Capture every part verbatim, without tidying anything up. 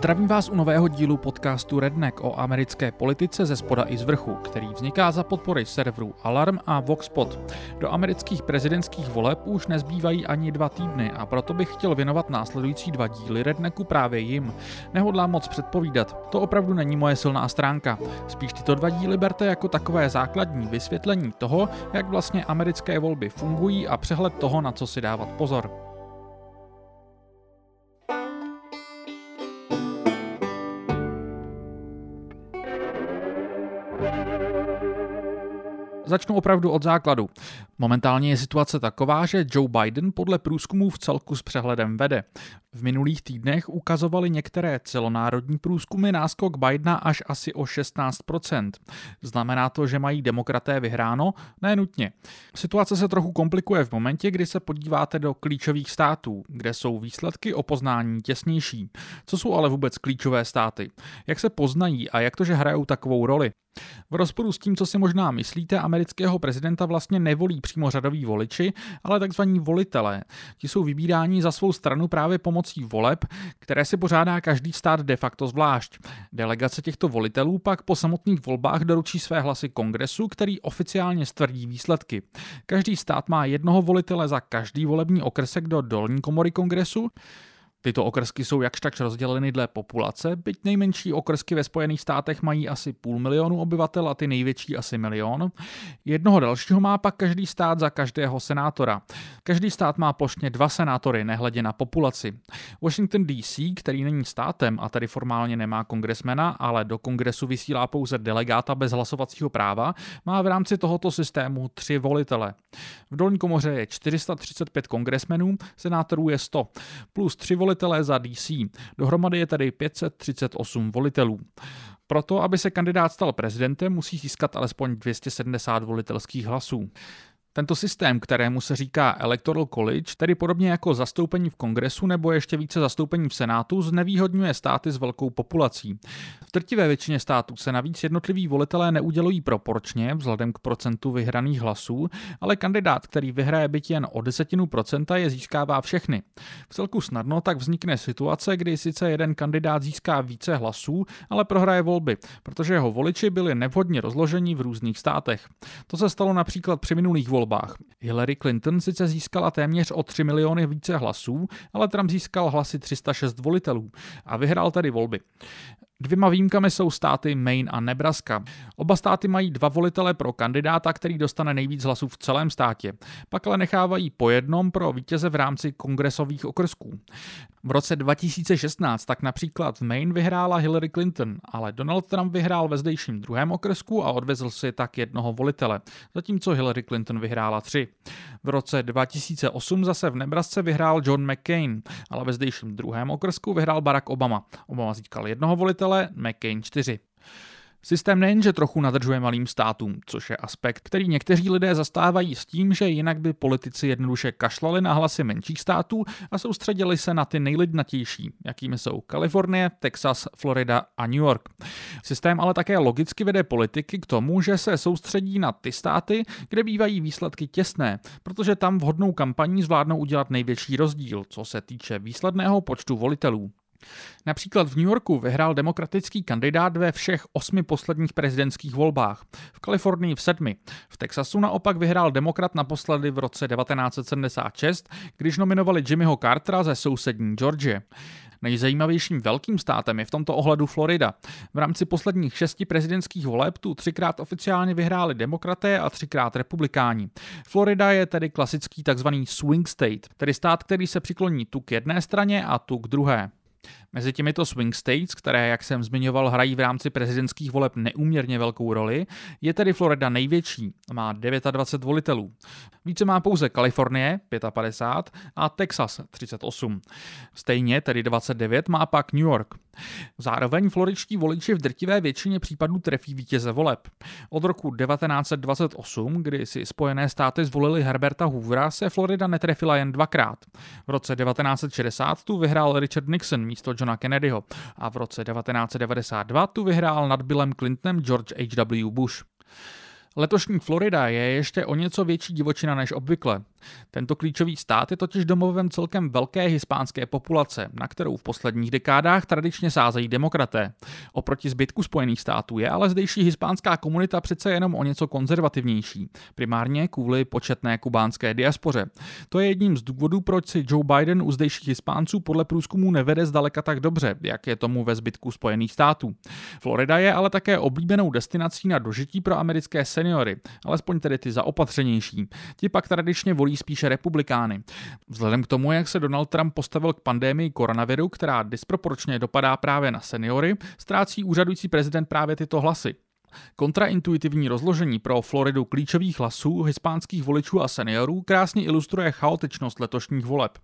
Zdravím vás u nového dílu podcastu Redneck o americké politice ze spoda i z vrchu, který vzniká za podpory serverů Alarm a Voxpod. Do amerických prezidentských voleb už nezbývají ani dva týdny a proto bych chtěl věnovat následující dva díly Rednecku právě jim. Nehodlám moc předpovídat, to opravdu není moje silná stránka. Spíš tyto dva díly berte jako takové základní vysvětlení toho, jak vlastně americké volby fungují a přehled toho, na co si dávat pozor. Začnu opravdu od základu. Momentálně je situace taková, že Joe Biden podle průzkumů v celku s přehledem vede. V minulých týdnech ukazovaly některé celonárodní průzkumy náskok Bidena až asi o šestnáct procent. Znamená to, že mají demokraté vyhráno? Ne nutně. Situace se trochu komplikuje v momentě, kdy se podíváte do klíčových států, kde jsou výsledky o poznání těsnější. Co jsou ale vůbec klíčové státy? Jak se poznají a jak to, že hrajou takovou roli? V rozporu s tím, co si možná myslíte, amerického prezidenta vlastně nevolí přímo řadoví voliči, ale takzvaní volitelé. Ti jsou vybíráni za svou stranu právě pomocí voleb, které si pořádá každý stát de facto zvlášť. Delegace těchto volitelů pak po samotných volbách doručí své hlasy kongresu, který oficiálně stvrdí výsledky. Každý stát má jednoho volitele za každý volební okrsek do dolní komory kongresu. Tyto okrsky jsou jakž tak rozděleny dle populace, byť nejmenší okrsky ve Spojených státech mají asi půl milionu obyvatel a ty největší asi milion. Jednoho dalšího má pak každý stát za každého senátora. Každý stát má plošně dva senátory, nehledě na populaci. Washington D C, který není státem a tedy formálně nemá kongresmena, ale do kongresu vysílá pouze delegáta bez hlasovacího práva, má v rámci tohoto systému tři volitele. V dolní komoře je čtyři sta třicet pět kongresmenů, senátorů je sto, plus tři volitelé za D C. Dohromady je tedy pět set třicet osm volitelů. Proto, aby se kandidát stal prezidentem, musí získat alespoň dvě stě sedmdesát volitelských hlasů. Tento systém, kterému se říká Electoral College, tedy podobně jako zastoupení v kongresu nebo ještě více zastoupení v senátu, znevýhodňuje státy s velkou populací. V drtivé většině států se navíc jednotliví volitelé neudělují proporčně vzhledem k procentu vyhraných hlasů, ale kandidát, který vyhraje byť jen o desetinu procenta, je získává všechny. V celku snadno tak vznikne situace, kdy sice jeden kandidát získá více hlasů, ale prohraje volby, protože jeho voliči byli nevhodně rozloženi v různých státech. To se stalo například při minulých volbách. Hillary Clinton sice získala téměř o tři miliony více hlasů, ale Trump získal hlasy tři sta šest volitelů a vyhrál tedy volby. Dvěma výjimkami jsou státy Maine a Nebraska. Oba státy mají dva volitele pro kandidáta, který dostane nejvíc hlasů v celém státě. Pak ale nechávají po jednom pro vítěze v rámci kongresových okrsků. V roce dva tisíce šestnáct tak například v Maine vyhrála Hillary Clinton, ale Donald Trump vyhrál ve zdejším druhém okrsku a odvezl si tak jednoho volitele, zatímco Hillary Clinton vyhrála tři. V roce dva tisíce osm zase v Nebrasce vyhrál John McCain, ale ve zdejším druhém okrsku vyhrál Barack Obama. Obama získal jednoho volitele, McCain čtyři. Systém nejenže trochu nadržuje malým státům, což je aspekt, který někteří lidé zastávají s tím, že jinak by politici jednoduše kašlali na hlasy menších států a soustředili se na ty nejlidnatější, jakými jsou Kalifornie, Texas, Florida a New York. Systém ale také logicky vede politiky k tomu, že se soustředí na ty státy, kde bývají výsledky těsné, protože tam vhodnou kampaní zvládnou udělat největší rozdíl, co se týče výsledného počtu volitelů. Například v New Yorku vyhrál demokratický kandidát ve všech osmi posledních prezidentských volbách, v Kalifornii v sedmi. V Texasu naopak vyhrál demokrat naposledy v roce devatenáct set sedmdesát šest, když nominovali Jimmyho Cartera ze sousední Georgie. Nejzajímavějším velkým státem je v tomto ohledu Florida. V rámci posledních šesti prezidentských voleb tu třikrát oficiálně vyhráli demokraté a třikrát republikáni. Florida je tedy klasický takzvaný swing state, tedy stát, který se přikloní tu k jedné straně a tu k druhé. Mezi těmito swing states, které, jak jsem zmiňoval, hrají v rámci prezidentských voleb neúměrně velkou roli, je tedy Florida největší, má dvacet devět volitelů. Více má pouze Kalifornie, padesát pět, a Texas, třicet osm. Stejně, tedy dvacet devět, má pak New York. Zároveň floridští voliči v drtivé většině případů trefí vítěze voleb. Od roku devatenáct set dvacet osm, kdy si Spojené státy zvolili Herberta Hoovera, se Florida netrefila jen dvakrát. V roce devatenáct set šedesát tu vyhrál Richard Nixon místo Johna Kennedyho a v roce devatenáct set devadesát dva tu vyhrál nad Billem Clintonem George H W Bush. Letošní Florida je ještě o něco větší divočina než obvykle. Tento klíčový stát je totiž domovem celkem velké hispánské populace, na kterou v posledních dekádách tradičně sázejí demokraté. Oproti zbytku Spojených států je ale zdejší hispánská komunita přece jenom o něco konzervativnější, primárně kvůli početné kubánské diaspoře. To je jedním z důvodů, proč si Joe Biden u zdejších Hispánců podle průzkumů nevede zdaleka tak dobře, jak je tomu ve zbytku Spojených států. Florida je ale také oblíbenou destinací na dožití pro americké seniory, alespoň tedy ty zaopatřenější. Ti pak tradičně volí spíše republikány. Vzhledem k tomu, jak se Donald Trump postavil k pandemii koronaviru, která disproporčně dopadá právě na seniory, ztrácí úřadující prezident právě tyto hlasy. Kontraintuitivní rozložení pro Floridu klíčových hlasů hispánských voličů a seniorů krásně ilustruje chaotičnost letošních voleb.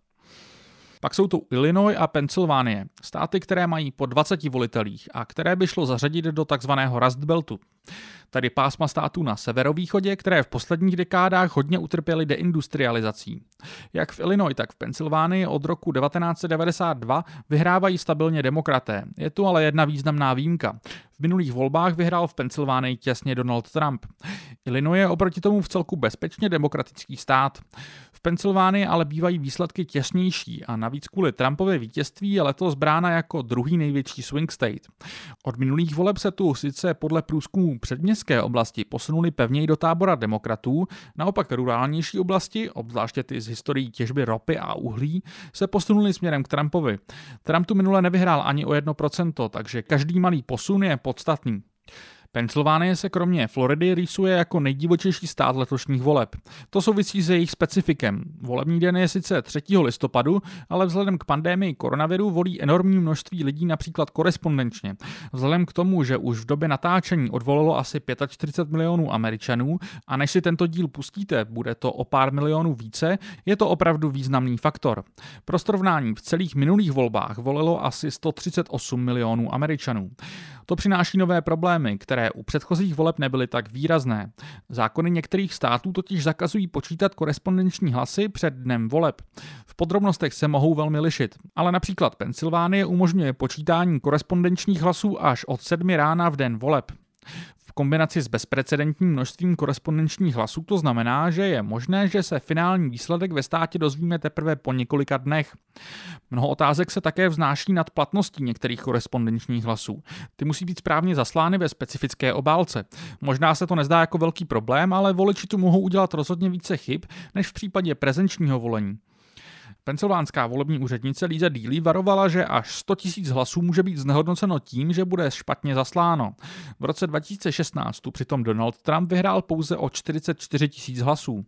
Pak jsou to Illinois a Pensylvánie, státy, které mají po dvaceti volitelích a které by šlo zařadit do takzvaného Rust Beltu. Tady pásma států na severovýchodě, které v posledních dekádách hodně utrpěly deindustrializací. Jak v Illinois, tak v Pensylvánii od roku devatenáct set devadesát dva vyhrávají stabilně demokraté. Je tu ale jedna významná výjimka. V minulých volbách vyhrál v Pensylvánii těsně Donald Trump. Illinois je oproti tomu v celku bezpečně demokratický stát. V Pensylvánii ale bývají výsledky těsnější a navíc kvůli Trumpově vítězství je letos brána jako druhý největší swing state. Od minulých voleb se tu sice podle průzkumů předměstské oblasti posunuli pevněji do tábora demokratů, naopak rurálnější oblasti, obzvláště ty z historií těžby ropy a uhlí, se posunuli směrem k Trumpovi. Trump tu minule nevyhrál ani o jedno procento, takže každý malý posun je podstatný. Pensylvánie se kromě Floridy rýsuje jako nejdivočejší stát letošních voleb. To souvisí s jejich specifikem. Volební den je sice třetího listopadu, ale vzhledem k pandemii koronaviru volí enormní množství lidí například korespondenčně. Vzhledem k tomu, že už v době natáčení odvolalo asi čtyřicet pět milionů Američanů a než si tento díl pustíte, bude to o pár milionů více, je to opravdu významný faktor. Pro srovnání v celých minulých volbách volilo asi sto třicet osm milionů Američanů. To přináší nové problémy, které u předchozích voleb nebyly tak výrazné. Zákony některých států totiž zakazují počítat korespondenční hlasy před dnem voleb. V podrobnostech se mohou velmi lišit, ale například Pensylvánie umožňuje počítání korespondenčních hlasů až od sedmi rána v den voleb. V kombinaci s bezprecedentním množstvím korespondenčních hlasů to znamená, že je možné, že se finální výsledek ve státě dozvíme teprve po několika dnech. Mnoho otázek se také vznáší nad platností některých korespondenčních hlasů. Ty musí být správně zaslány ve specifické obálce. Možná se to nezdá jako velký problém, ale voliči tu mohou udělat rozhodně více chyb než v případě prezenčního volení. Pensylvánská volební úřednice Lisa Deeley varovala, že až sto tisíc hlasů může být znehodnoceno tím, že bude špatně zasláno. V roce dva tisíce šestnáct tu přitom Donald Trump vyhrál pouze o čtyřicet čtyři tisíc hlasů.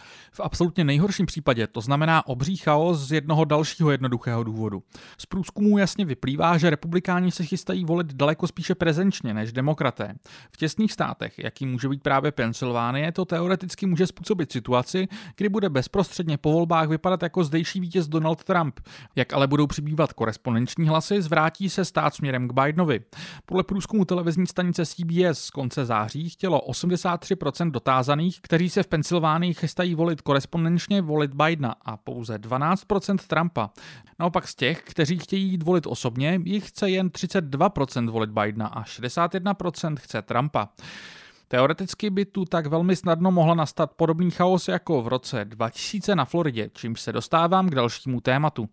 V absolutně nejhorším případě to znamená obří chaos z jednoho dalšího jednoduchého důvodu. Z průzkumů jasně vyplývá, že republikáni se chystají volit daleko spíše prezenčně než demokraté. V těsných státech, jaký může být právě Pensylvánie, to teoreticky může způsobit situaci, kdy bude bezprostředně po volbách vypadat jako zdejší vítěz Donald Trump. Jak ale budou přibývat korespondenční hlasy, zvrátí se stát směrem k Bidenovi. Podle průzkumu televizní stanice C B S z konce září chtělo osmdesát tři procent dotázaných, kteří se v Pensylvánii chystají volit korespondenčně, volit Bidena a pouze dvanáct procent Trumpa. Naopak z těch, kteří chtějí jít volit osobně, jich chce jen třicet dva procent volit Bidena a šedesát jedna procent chce Trumpa. Teoreticky by tu tak velmi snadno mohla nastat podobný chaos jako v roce dva tisíce na Floridě, čímž se dostávám k dalšímu tématu.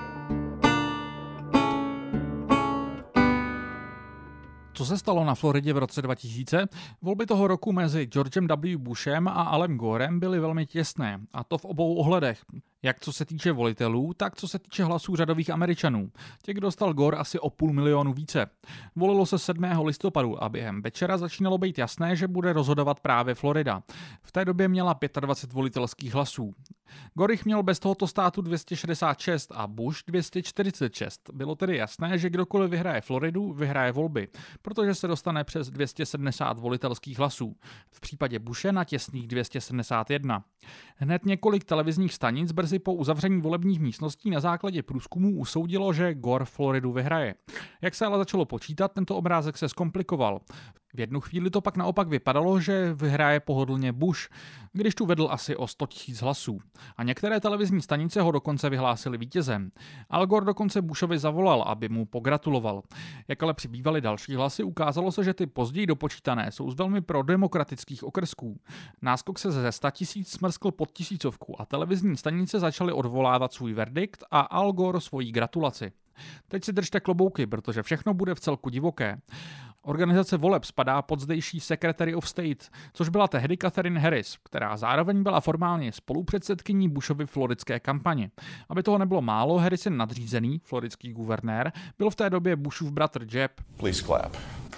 Co se stalo na Floridě v roce dva tisíce? Volby toho roku mezi Georgem W. Bushem a Alem Gorem byly velmi těsné, a to v obou ohledech. Jak co se týče volitelů, tak co se týče hlasů řadových Američanů. Těch dostal Gore asi o půl milionu více. Volilo se sedmého listopadu a během večera začínalo být jasné, že bude rozhodovat právě Florida. V té době měla dvacet pět volitelských hlasů. Gore jich měl bez tohoto státu dvě stě šedesát šest a Bush dvě stě čtyřicet šest. Bylo tedy jasné, že kdokoliv vyhraje Floridu, vyhraje volby, protože se dostane přes dvě stě sedmdesát volitelských hlasů. V případě Bushe na těsných dvě stě sedmdesát jedna. Hned několik televizních stanic brzy po uzavření volebních místností na základě průzkumů usoudilo, že Gore Floridu vyhraje. Jak se ale začalo počítat, tento obrázek se zkomplikoval. V jednu chvíli to pak naopak vypadalo, že vyhraje pohodlně Bush, když tu vedl asi o sto tisíc hlasů. A některé televizní stanice ho dokonce vyhlásily vítězem. Al Gore dokonce Bushovi zavolal, aby mu pogratuloval. Jak ale přibývaly další hlasy, ukázalo se, že ty později dopočítané jsou z velmi prodemokratických okrsků. Náskok se ze sta tisíc smrskl pod tisícovku a televizní stanice začaly odvolávat svůj verdikt a Al Gore svoji gratulaci. Teď si držte klobouky, protože všechno bude v celku divoké. Organizace voleb spadá pod zdejší Secretary of State, což byla tehdy Katherine Harris, která zároveň byla formálně spolupředsedkyní Bushovy floridské kampaně. Aby toho nebylo málo, Harrisin nadřízený, floridský guvernér, byl v té době Bushův bratr Jeb. Please clap.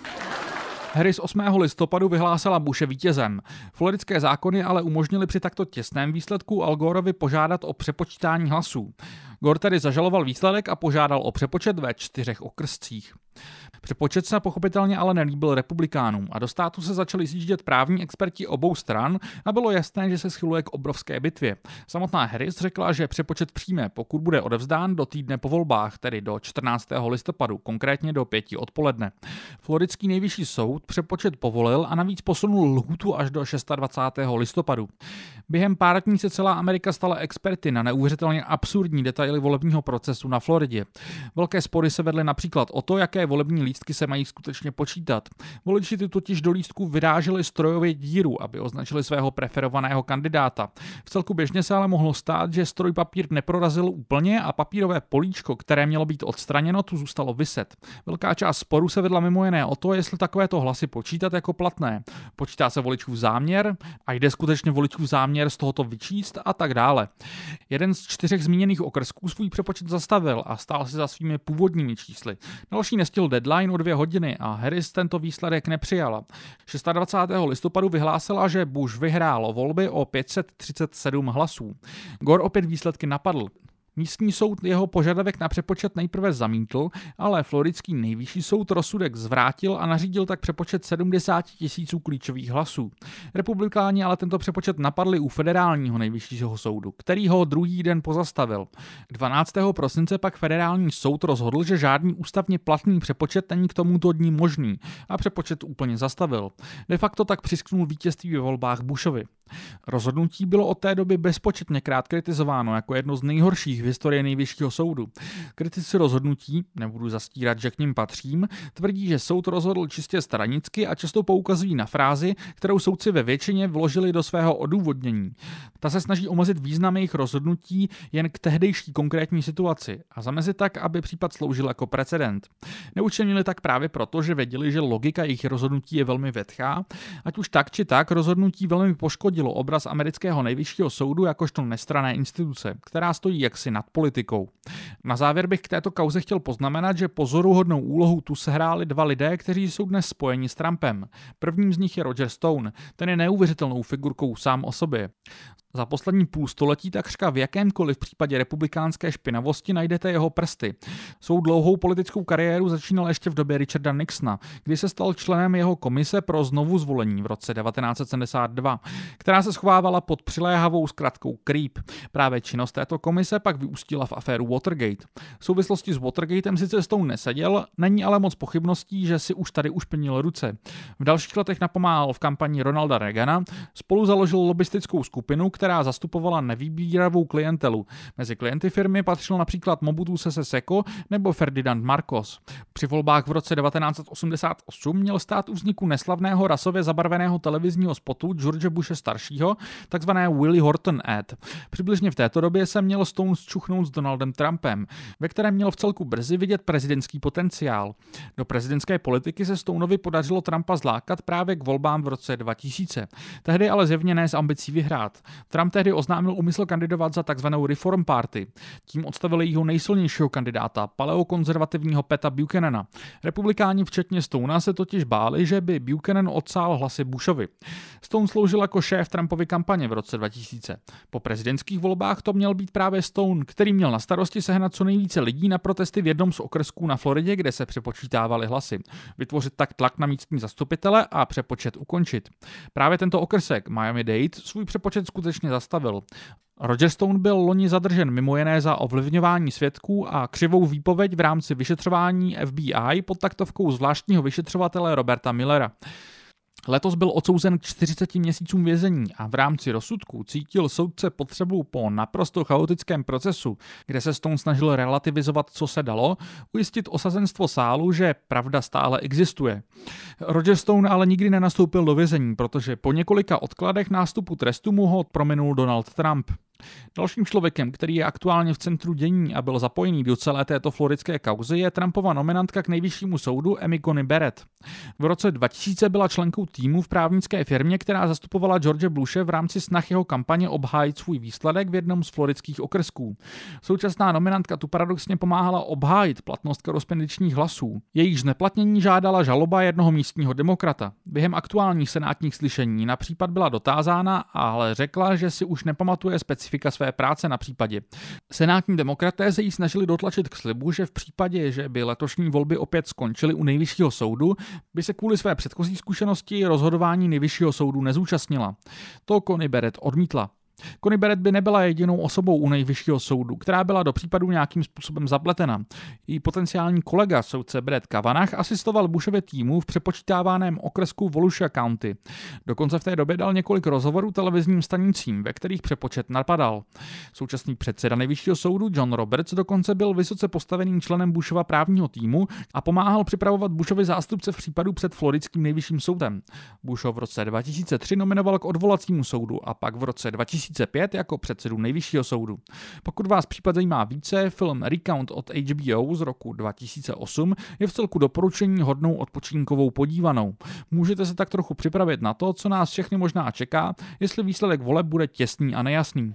Harris osmého listopadu vyhlásila Bushe vítězem. Floridské zákony ale umožnily při takto těsném výsledku Al Goreovi požádat o přepočítání hlasů. Gore tedy zažaloval výsledek a požádal o přepočet ve čtyřech okrscích. Přepočet se pochopitelně ale nelíbil republikánům a do státu se začali sjíždět právní experti obou stran a bylo jasné, že se schyluje k obrovské bitvě. Samotná Harris řekla, že přepočet přijme, pokud bude odevzdán do týdne po volbách, tedy do čtrnáctého listopadu, konkrétně do pěti odpoledne. Floridský nejvyšší soud přepočet povolil a navíc posunul lhůtu až do dvacátého šestého listopadu. Během pár dní se celá Amerika stala experty na neuvěřitelně absurdní detaily volebního procesu na Floridě. Velké spory se vedly například o to, jaké volební lístky se mají skutečně počítat. Voliči ty totiž do lístků vyráželi strojově díru, aby označili svého preferovaného kandidáta. V celku běžně se ale mohlo stát, že stroj papír neprorazil úplně a papírové políčko, které mělo být odstraněno, tu zůstalo viset. Velká část sporu se vedla mimo jiné o to, jestli takovéto hlasy počítat jako platné. Počítá se voličův záměr a jde skutečně voličův záměr z tohoto vyčíst a tak dále. Jeden z čtyřech zmíněných okrsků svůj přepočet zastavil a stál si za svými původními čísly. Další nestihl deadline o dvě hodiny a Harris tento výsledek nepřijala. dvacátého šestého listopadu vyhlásila, že Bush vyhrál volby o pět set třicet sedm hlasů. Gore opět výsledky napadl. Místní soud jeho požadavek na přepočet nejprve zamítl, ale floridský nejvyšší soud rozsudek zvrátil a nařídil tak přepočet sedmdesát tisíců klíčových hlasů. Republikáni ale tento přepočet napadli u federálního nejvyššího soudu, který ho druhý den pozastavil. dvanáctého prosince pak federální soud rozhodl, že žádný ústavně platný přepočet není k tomuto dní možný a přepočet úplně zastavil. De facto tak přisknul vítězství ve volbách Bushovi. Rozhodnutí bylo od té doby bezpočetněkrát kritizováno jako jedno z nejhorších v historii nejvyššího soudu. Kritici rozhodnutí, nebudu zastírat, že k nim patřím, tvrdí, že soud rozhodl čistě stranicky a často poukazují na frázi, kterou soudci ve většině vložili do svého odůvodnění. Ta se snaží omezit význam jejich rozhodnutí jen k tehdejší konkrétní situaci a zamezit tak, aby případ sloužil jako precedent. Neučinili tak právě proto, že věděli, že logika jejich rozhodnutí je velmi vetchá, ať už tak či tak rozhodnutí velmi poškodilo obraz amerického nejvyššího soudu jakožto nestranné instituce, která stojí jaksi nad politikou. Na závěr bych k této kauze chtěl poznamenat, že pozoruhodnou úlohu tu sehráli dva lidé, kteří jsou dnes spojeni s Trumpem. Prvním z nich je Roger Stone, ten je neuvěřitelnou figurkou sám o sobě. Za poslední půl století takřka v jakémkoliv případě republikánské špinavosti najdete jeho prsty. Svou dlouhou politickou kariéru začínal ještě v době Richarda Nixona, kdy se stal členem jeho komise pro znovu zvolení v roce devatenáct set sedmdesát dva, která se schovávala pod přiléhavou zkratkou Creep. Právě činnost této komise pak vyústila v aféru Watergate. V souvislosti s Watergatem sice Stone neseděl, není ale moc pochybností, že si už tady ušpinil ruce. V dalších letech napomáhal v kampani Ronalda Reagana, spolu založil lobistickou skupinu, která zastupovala nevýbíravou klientelu. Mezi klienty firmy patřil například Mobutu Sese Seko nebo Ferdinand Marcos. Při volbách v roce devatenáct set osmdesát osm měl stát u vzniku neslavného rasově zabarveného televizního spotu George Bushe staršího, takzvané Willie Horton ad. Přibližně v této době se měl Stone zčuchnout s Donaldem Trumpem, ve kterém měl v celku brzy vidět prezidentský potenciál. Do prezidentské politiky se Stoneovi podařilo Trumpa zlákat právě k volbám v roce dva tisíce. Tehdy ale zjevně ne s ambicí vyhrát. Trump tehdy oznámil úmysl kandidovat za takzvanou Reform Party. Tím odstavili jeho nejsilnějšího kandidáta, paleokonzervativního Peta Buchanana. Republikáni včetně Stonea se totiž báli, že by Buchanan odsál hlasy Bushovi. Stone sloužil jako šéf šéf Trumpovy kampaně v roce dva tisíce. Po prezidentských volbách to měl být právě Stone, který měl na starosti sehnat co nejvíce lidí na protesty v jednom z okrsků na Floridě, kde se přepočítávaly hlasy. Vytvořit tak tlak na místní zastupitele a přepočet ukončit. Právě tento okrsek, Miami-Dade, svůj přepočet skutečně zastavil. Roger Stone byl loni zadržen mimo jiné za ovlivňování svědků a křivou výpověď v rámci vyšetřování F B I pod taktovkou zvláštního vyšetřovatele Roberta Millera. Letos byl odsouzen k čtyřiceti měsícům vězení a v rámci rozsudku cítil soudce potřebu po naprosto chaotickém procesu, kde se Stone snažil relativizovat, co se dalo, ujistit osazenstvo sálu, že pravda stále existuje. Roger Stone ale nikdy nenastoupil do vězení, protože po několika odkladech nástupu trestu mu ho prominul Donald Trump. Dalším člověkem, který je aktuálně v centru dění a byl zapojený do celé této floridské kauzy, je Trumpova nominantka k nejvyššímu soudu Amy Coney Barrett. V roce dva tisíce byla členkou týmu v právnické firmě, která zastupovala George Bushe v rámci snah jeho kampaně obhájit svůj výsledek v jednom z floridských okrsků. Současná nominantka tu paradoxně pomáhala obhájit platnost korespondenčních hlasů. Jejíž zneplatnění žádala žaloba jednoho místního demokrata. Během aktuálních senátních slyšení na případ byla dotázána, ale řekla, že si už nepamatuje specifikace své práce na případě. Senátní demokraté se jí snažili dotlačit k slibu, že v případě, že by letošní volby opět skončily u nejvyššího soudu, by se kvůli své předchozí zkušenosti rozhodování nejvyššího soudu nezúčastnila. To Coney Barrett odmítla. Coney Barrett by nebyla jedinou osobou u nejvyššího soudu, která byla do případu nějakým způsobem zapletena. Její potenciální kolega, soudce Brett Kavanaugh, asistoval Bushově týmu v přepočítávaném okrsku Volusia County. Dokonce v té době dal několik rozhovorů televizním stanicím, ve kterých přepočet napadal. Současný předseda nejvyššího soudu John Roberts dokonce byl vysoce postaveným členem Bushova právního týmu a pomáhal připravovat Bushovi zástupce v případu před floridským nejvyšším soudem. Bushov v roce dva tisíce tři nominoval k odvolacímu soudu a pak v roce dva tisíce pět jako předsedu nejvyššího soudu. Pokud vás případ zajímá více, film Recount od H B O z roku dva tisíce osm je v celku doporučení hodnou odpočinkovou podívanou. Můžete se tak trochu připravit na to, co nás všechny možná čeká, jestli výsledek voleb bude těsný a nejasný.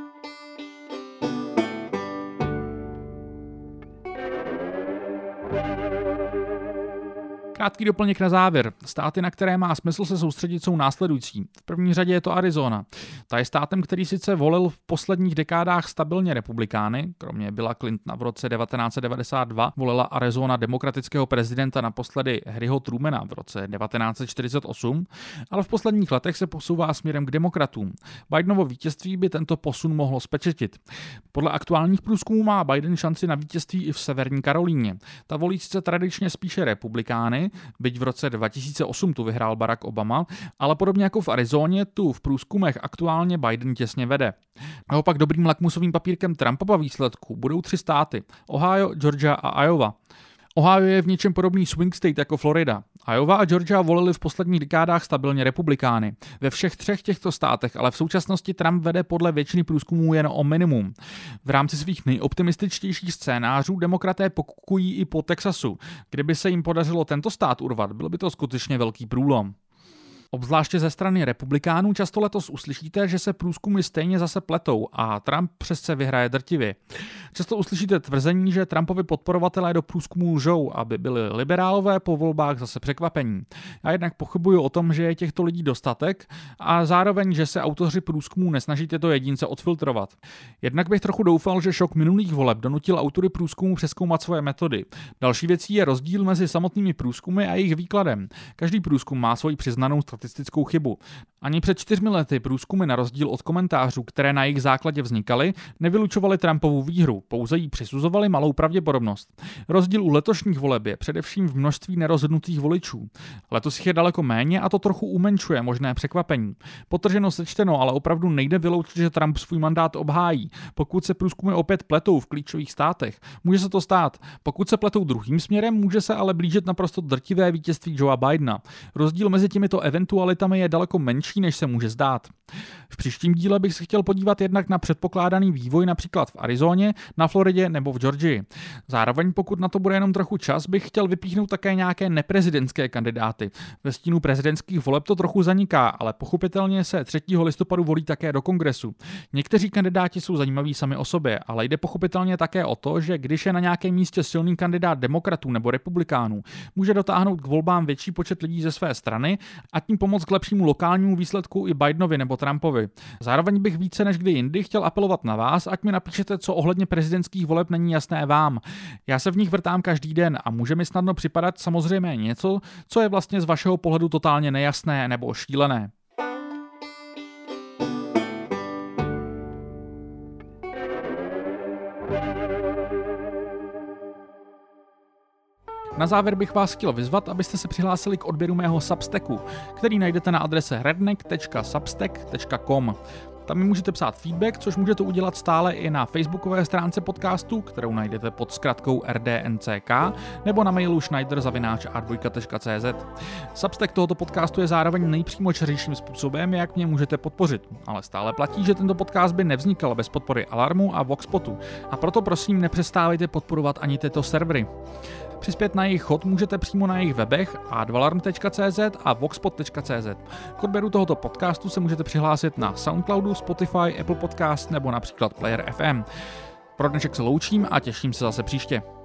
Krátký doplněk na závěr. Státy, na které má smysl se soustředit, jsou následující. V první řadě je to Arizona. Ta je státem, který sice volil v posledních dekádách stabilně republikány, kromě Billa Clintona v roce devatenáct set devadesát dva volila Arizona demokratického prezidenta naposledy Harryho Trumana v roce devatenáct set čtyřicet osm, ale v posledních letech se posouvá směrem k demokratům. Bidenovo vítězství by tento posun mohlo spečetit. Podle aktuálních průzkumů má Biden šanci na vítězství i v Severní Karolíně. Ta volí sice tradičně spíše republikány, byť v roce dva tisíce osm tu vyhrál Barack Obama, ale podobně jako v Arizoně tu v průzkumech aktuálně Biden těsně vede. Naopak dobrým lakmusovým papírkem Trumpova výsledku budou tři státy: Ohio, Georgia a Iowa. Ohio je v něčem podobný swing state jako Florida. Iowa a Georgia volili v posledních dekádách stabilně republikány. Ve všech třech těchto státech ale v současnosti Trump vede podle většiny průzkumů jen o minimum. V rámci svých nejoptimističtějších scénářů demokraté pokukují i po Texasu. Kdyby se jim podařilo tento stát urvat, byl by to skutečně velký průlom. Obzvláště ze strany republikánů často letos uslyšíte, že se průzkumy stejně zase pletou a Trump přesce vyhraje drtivě. Často uslyšíte tvrzení, že Trumpovi podporovatelé do průzkumů lžou, aby byli liberálové po volbách zase překvapení. Já jednak pochybuju o tom, že je těchto lidí dostatek a zároveň, že se autoři průzkumů nesnaží tyto jedince odfiltrovat. Jednak bych trochu doufal, že šok minulých voleb donutil autory průzkumů přezkoumat svoje metody. Další věcí je rozdíl mezi samotnými průzkumy a jejich výkladem. Každý průzkum má svoji přiznanou statistickou chybu. Ani před čtyřmi lety průzkumy na rozdíl od komentářů, které na jejich základě vznikaly, nevylučovaly Trumpovu výhru, pouze jí přisuzovali malou pravděpodobnost. Rozdíl u letošních voleb je především v množství nerozhodnutých voličů. Letos jich je daleko méně a to trochu umenšuje možné překvapení. Potrženo sečteno, ale opravdu nejde vyloučit, že Trump svůj mandát obhájí. Pokud se průzkumy opět pletou v klíčových státech, může se to stát. Pokud se pletou druhým směrem, může se ale blížit naprosto drtivé vítězství Joea Bidena. Rozdíl mezi těmito eventualitami je daleko menší, než se může zdát. V příštím díle bych se chtěl podívat jednak na předpokládaný vývoj například v Arizoně, na Floridě nebo v Georgii. Zároveň, pokud na to bude jenom trochu čas, bych chtěl vypíchnout také nějaké neprezidentské kandidáty. Ve stínu prezidentských voleb to trochu zaniká, ale pochopitelně se třetího listopadu volí také do kongresu. Někteří kandidáti jsou zajímaví sami o sobě, ale jde pochopitelně také o to, že když je na nějakém místě silný kandidát demokratů nebo republikánů, může dotáhnout k volbám větší počet lidí ze své strany a tím pomoct k lepšímu lokálnímu výsledku i Bidenovi nebo Trumpovi. Zároveň bych více než kdy jindy chtěl apelovat na vás, ať mi napíšete, co ohledně prezidentských voleb není jasné vám. Já se v nich vrtám každý den a může mi snadno připadat samozřejmě něco, co je vlastně z vašeho pohledu totálně nejasné nebo šílené. Na závěr bych vás chtěl vyzvat, abyste se přihlásili k odběru mého Substacku, který najdete na adrese redneck tečka substack tečka com. Tam mi můžete psát feedback, což můžete udělat stále i na facebookové stránce podcastu, kterou najdete pod zkratkou R D N C K, nebo na mailu schneider zavináč a dva tečka cé zet. Substack tohoto podcastu je zároveň nejpřímočařejším způsobem, jak mě můžete podpořit, ale stále platí, že tento podcast by nevznikal bez podpory Alarmu a Voxpotu, a proto prosím nepřestávejte podporovat ani tyto servery. Přispět na jejich chod můžete přímo na jejich webech a dva alarm tečka cé zet a voxpot tečka cé zet. K odběru tohoto podcastu se můžete přihlásit na Soundcloudu, Spotify, Apple Podcast nebo například Player F M. Pro dnešek se loučím a těším se zase příště.